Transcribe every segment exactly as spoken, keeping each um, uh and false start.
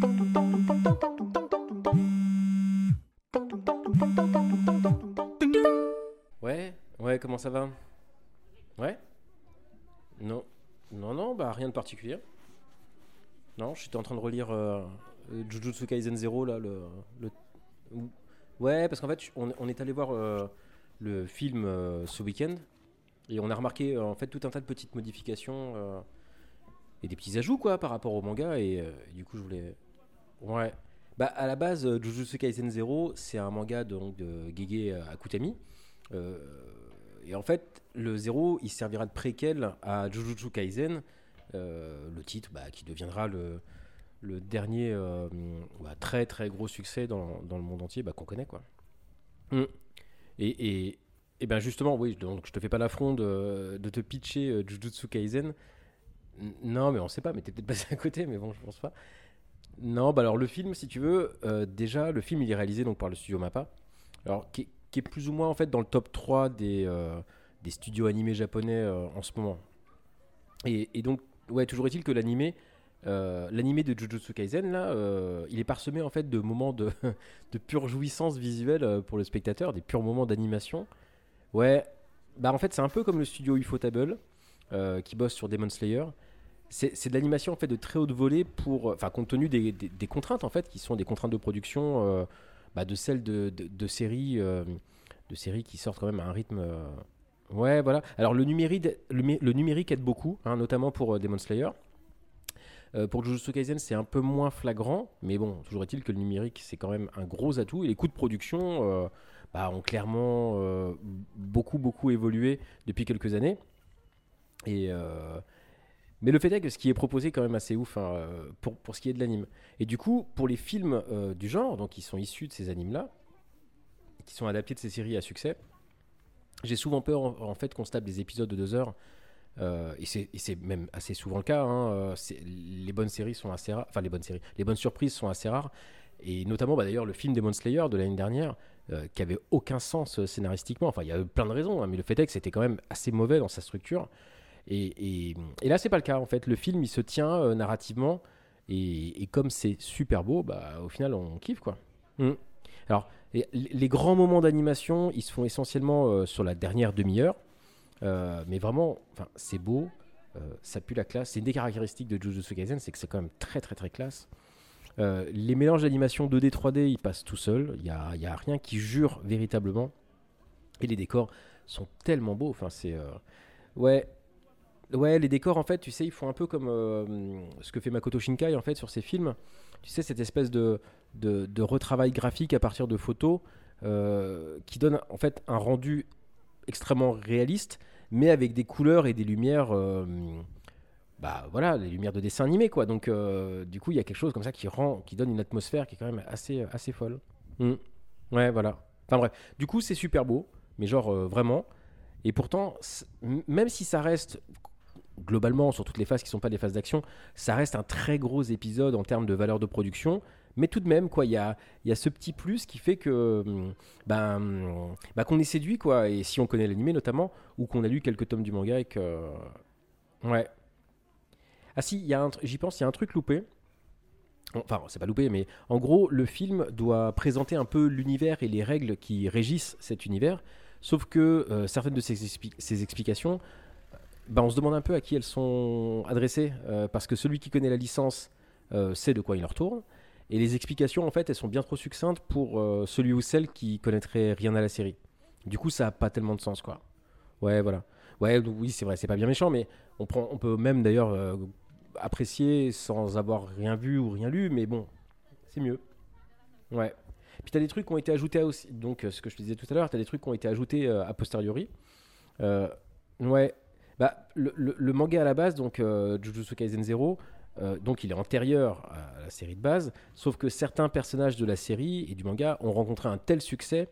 Ouais, ouais, comment ça va? Ouais? Non, non, non, bah rien de particulier. Non, j'étais en train de relire euh, euh, Jujutsu Kaisen Zero là, le, le- Ouais, parce qu'en fait, on, on est allé voir euh, le film euh, ce week-end et on a remarqué euh, en fait tout un tas de petites modifications euh, et des petits ajouts quoi par rapport au manga et, euh, et du coup je voulais. Ouais. Bah à la base, euh, Jujutsu Kaisen Zero, c'est un manga donc de Gege Akutami. Euh, et en fait, le zéro, il servira de préquel à Jujutsu Kaisen, euh, le titre bah, qui deviendra le, le dernier euh, bah, très très gros succès dans, dans le monde entier bah, qu'on connaît quoi. Mm. Et, et, et ben justement, oui, donc je te fais pas l'affront de, de te pitcher euh, Jujutsu Kaisen. N- Non, mais on sait pas, mais t'es peut-être passé à côté, mais bon, je pense pas. Non, bah alors le film, si tu veux, euh, déjà, le film il est réalisé donc par le studio Mappa. Alors, qui est, qui est plus ou moins en fait dans le top trois des, euh, des studios animés japonais euh, en ce moment. Et, et donc, ouais, toujours est-il que l'animé, euh, l'animé de Jujutsu Kaisen, là, euh, il est parsemé en fait de moments de, de pure jouissance visuelle euh, pour le spectateur, des purs moments d'animation. Ouais, bah en fait, c'est un peu comme le studio Ufotable euh, qui bosse sur Demon Slayer. C'est, c'est de l'animation en fait de très haute volée pour, enfin, compte tenu des, des- des contraintes en fait qui sont des contraintes de production euh, bah, de celles de, de- de séries, euh, de séries qui sortent quand même à un rythme. euh, Ouais, voilà. Alors le numérique, le, mi- le numérique aide beaucoup, hein, notamment pour euh, Demon Slayer. Euh, pour Jujutsu Kaisen, c'est un peu moins flagrant, mais bon, toujours est-il que le numérique, c'est quand même un gros atout. Et les coûts de production euh, bah, ont clairement euh, beaucoup, beaucoup évolué depuis quelques années. Et, euh, mais le fait est que ce qui est proposé est quand même assez ouf hein, euh, pour, pour ce qui est de l'anime. Et du coup, pour les films euh, du genre, donc qui sont issus de ces animes-là, qui sont adaptés de ces séries à succès, j'ai souvent peur en, en fait qu'on se tape des épisodes de deux heures. Euh, et, c'est, et c'est même assez souvent le cas. Hein, euh, c'est- les bonnes séries sont assez rares. Enfin, les bonnes séries. Les bonnes surprises sont assez rares. Et notamment, bah, d'ailleurs, le film Demon Slayer de l'année dernière, euh, qui avait aucun sens euh, scénaristiquement. Enfin, il y a eu plein de raisons, hein, mais le fait est que c'était quand même assez mauvais dans sa structure. Et, et, et là, c'est pas le cas. En fait, le film, il se tient euh, narrativement. Et, et comme c'est super beau, bah, au final, on kiffe, quoi. Mm. Alors, les, les grands moments d'animation, ils se font essentiellement euh, sur la dernière demi-heure. Euh, mais vraiment, enfin, c'est beau, euh, ça pue la classe. C'est une des caractéristiques de Jujutsu Kaisen, c'est que c'est quand même très très très classe. Euh, les mélanges d'animation deux D trois D, ils passent tout seuls. Il y a, il y a rien qui jure véritablement. Et les décors sont tellement beaux. Enfin, c'est euh, ouais, ouais, les décors en fait, tu sais, ils font un peu comme euh, ce que fait Makoto Shinkai en fait sur ses films. Tu sais, cette espèce de de, de retravail graphique à partir de photos euh, qui donne en fait un rendu extrêmement réaliste, mais avec des couleurs et des lumières, euh, bah voilà, les lumières de dessin animé quoi. Donc euh, du coup, il y a quelque chose comme ça qui rend, qui donne une atmosphère qui est quand même assez, assez folle. Mm. Ouais, voilà. Enfin bref, du coup, c'est super beau, mais genre euh, vraiment. Et pourtant, c- m- même si ça reste globalement sur toutes les phases qui sont pas des phases d'action, ça reste un très gros épisode en termes de valeur de production. Mais tout de même, quoi, il y a, il y a ce petit plus qui fait que hum, ben, hum, bah, qu'on est séduit, quoi. Et si on connaît l'animé notamment, ou qu'on a lu quelques tomes du manga et que ouais. Ah si, il y a un tr- j'y pense, il y a un truc loupé. Enfin, c'est pas loupé, mais en gros, le film doit présenter un peu l'univers et les règles qui régissent cet univers. Sauf que euh, certaines de ces, expli- ces explications bah, on se demande un peu à qui elles sont adressées, euh, parce que celui qui connaît la licence euh, sait de quoi il en retourne. Et les explications, en fait, elles sont bien trop succinctes pour euh, celui ou celle qui connaîtrait rien à la série. Du coup, ça a pas tellement de sens, quoi. Ouais, voilà. Ouais, donc oui, c'est vrai, c'est pas bien méchant, mais on, prend, on peut même d'ailleurs euh, apprécier sans avoir rien vu ou rien lu, mais bon, c'est mieux. Ouais. Puis t'as des trucs qui ont été ajoutés à aussi, donc euh, ce que je te disais tout à l'heure, t'as des trucs qui ont été ajoutés euh, a posteriori. Euh, ouais. Bah, le, le- le manga à la base, donc euh, Jujutsu Kaisen Zero, euh, donc il est antérieur à la série de base, sauf que certains personnages de la série et du manga ont rencontré un tel succès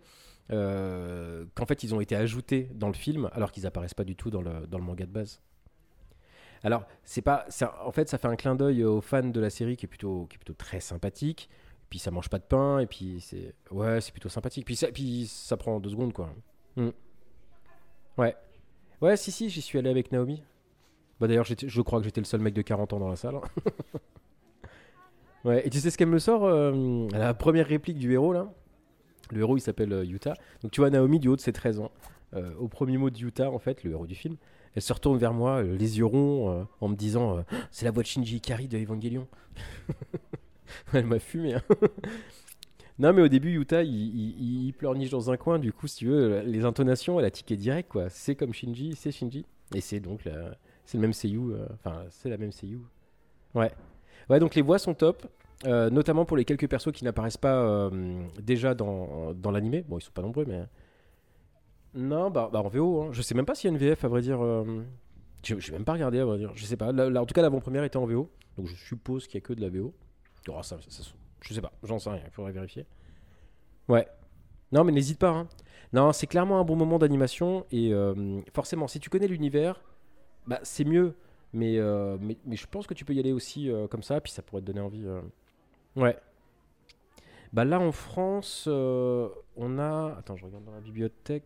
euh, qu'en fait ils ont été ajoutés dans le film alors qu'ils apparaissent pas du tout dans le, dans le manga de base. Alors, c'est pas, ça- en fait, ça fait un clin d'œil aux fans de la série qui est plutôt, qui est plutôt très sympathique. Puis ça mange pas de pain, et puis c'est, ouais, c'est plutôt sympathique. Puis ça, puis ça prend deux secondes, quoi. Hmm. Ouais. Ouais, si, si, j'y suis allé avec Naomi. Bah d'ailleurs, j'étais- je crois que j'étais le seul mec de quarante ans dans la salle. Ouais, et tu sais ce qu'elle me sort euh, à la première réplique du héros là. Le héros il s'appelle euh, Yuta. Donc tu vois Naomi du haut de ses treize ans. Euh, au premier mot de Yuta en fait, le héros du film, elle se retourne vers moi, euh, les yeux ronds, euh, en me disant euh, c'est la voix de Shinji Ikari de Evangelion. Elle m'a fumé. Hein. Non mais au début Yuta il, il, il pleurniche dans un coin. Du coup si tu veux les intonations elle a tiqué direct quoi. C'est comme Shinji, c'est Shinji. Et c'est donc la- c'est le même seiyuu. euh, Enfin c'est la même seiyuu. Ouais. Ouais, donc les voix sont top, euh, notamment pour les quelques persos qui n'apparaissent pas euh, déjà dans, dans l'animé. Bon, ils sont pas nombreux, mais. Non, bah, bah en V O, hein. Je sais même pas s'il y a une V F, à vrai dire. euh, Je j'ai même pas regardé, à vrai dire. Je sais pas. Là, là, en tout cas, l'avant-première était en V O, donc je suppose qu'il y a que de la V O. Oh, ça, ça- ça- je sais pas, j'en sais rien, il faudrait vérifier. Ouais. Non, mais n'hésite pas. Hein. Non, c'est clairement un bon moment d'animation, et euh, forcément, si tu connais l'univers, bah c'est mieux. Mais, euh, mais, mais je pense que tu peux y aller aussi euh, comme ça, puis ça pourrait te donner envie. euh. Ouais. Bah là en France, euh, on a. Attends, je regarde dans la bibliothèque.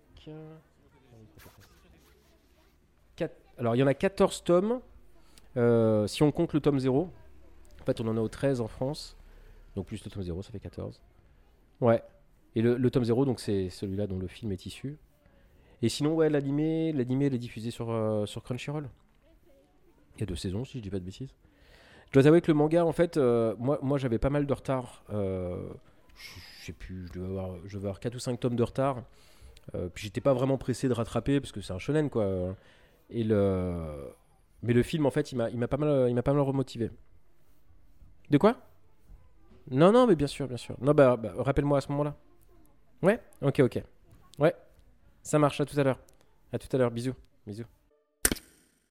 Quatre- Alors il y en a quatorze tomes, euh, si on compte le tome zéro. En fait, on en a au treize en France. Donc plus le tome zéro, ça fait quatorze. Ouais. Et le, le tome zéro, donc c'est celui-là dont le film est issu. Et sinon, ouais, l'animé, l'animé, elle est diffusée sur, euh, sur Crunchyroll. Il y a deux saisons, si je dis pas de bêtises. Je dois avouer que le manga, en fait, euh, moi, moi j'avais pas mal de retard. Euh, je je sais plus, je devais avoir, je devais avoir quatre ou cinq tomes de retard. Euh, puis j'étais pas vraiment pressé de rattraper parce que c'est un shonen quoi. Et le... Mais le film en fait il m'a, il m'a pas mal, il m'a pas mal remotivé. De quoi? Non non mais bien sûr bien sûr. Non bah, bah, rappelle-moi à ce moment-là. Ouais. Ok ok. Ouais. Ça marche à tout à l'heure. À tout à l'heure. Bisous. Bisous.